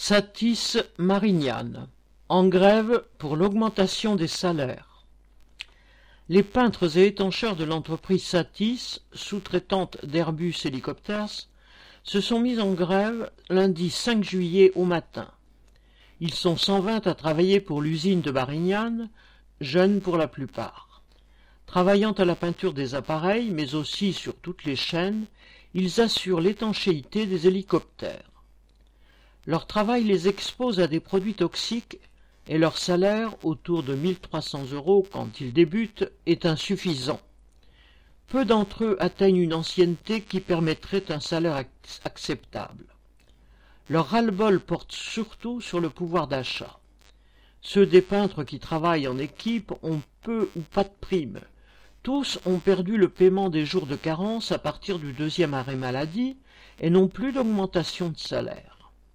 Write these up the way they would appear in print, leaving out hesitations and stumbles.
Satis Marignane, en grève pour l'augmentation des salaires. Les peintres et étancheurs de l'entreprise Satis, sous-traitante d'Airbus Helicopters, se sont mis en grève lundi 5 juillet au matin. Ils sont 120 à travailler pour l'usine de Marignane, jeunes pour la plupart. Travaillant à la peinture des appareils, mais aussi sur toutes les chaînes, ils assurent l'étanchéité des hélicoptères. Leur travail les expose à des produits toxiques et leur salaire, autour de 1 300 € quand ils débutent, est insuffisant. Peu d'entre eux atteignent une ancienneté qui permettrait un salaire acceptable. Leur ras-le-bol porte surtout sur le pouvoir d'achat. Ceux des peintres qui travaillent en équipe ont peu ou pas de primes. Tous ont perdu le paiement des jours de carence à partir du 2e arrêt maladie et n'ont plus d'augmentation de salaire.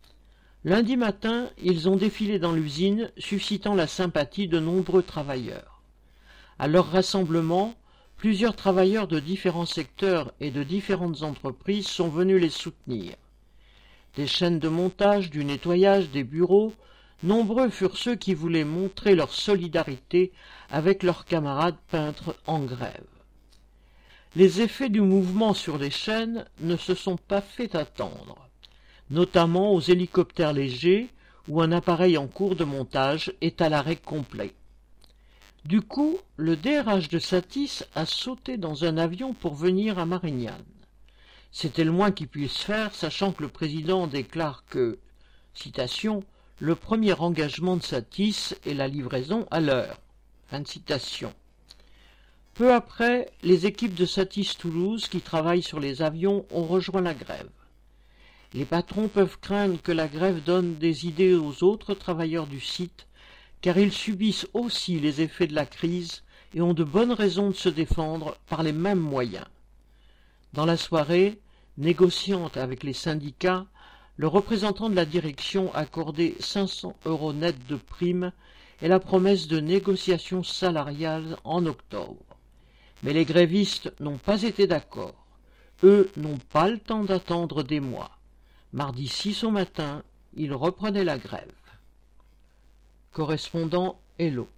Lundi matin, ils ont défilé dans l'usine, suscitant la sympathie de nombreux travailleurs. À leur rassemblement, plusieurs travailleurs de différents secteurs et de différentes entreprises sont venus les soutenir. Des chaînes de montage, du nettoyage, des bureaux, nombreux furent ceux qui voulaient montrer leur solidarité avec leurs camarades peintres en grève. Les effets du mouvement sur les chaînes ne se sont pas fait attendre, notamment aux hélicoptères légers où un appareil en cours de montage est à l'arrêt complet. Du coup, le DRH de Satis a sauté dans un avion pour venir à Marignane. C'était le moins qu'il puisse faire, sachant que le président déclare que, citation, « le premier engagement de Satis est la livraison à l'heure ». Fin de citation. Peu après, les équipes de Satis Toulouse qui travaillent sur les avions ont rejoint la grève. Les patrons peuvent craindre que la grève donne des idées aux autres travailleurs du site, car ils subissent aussi les effets de la crise et ont de bonnes raisons de se défendre par les mêmes moyens. Dans la soirée, négociant avec les syndicats, le représentant de la direction a accordé 500 € nets de primes et la promesse de négociations salariales en octobre. Mais les grévistes n'ont pas été d'accord. Eux n'ont pas le temps d'attendre des mois. Mardi 6 au matin, ils reprenaient la grève. Correspondant Hello.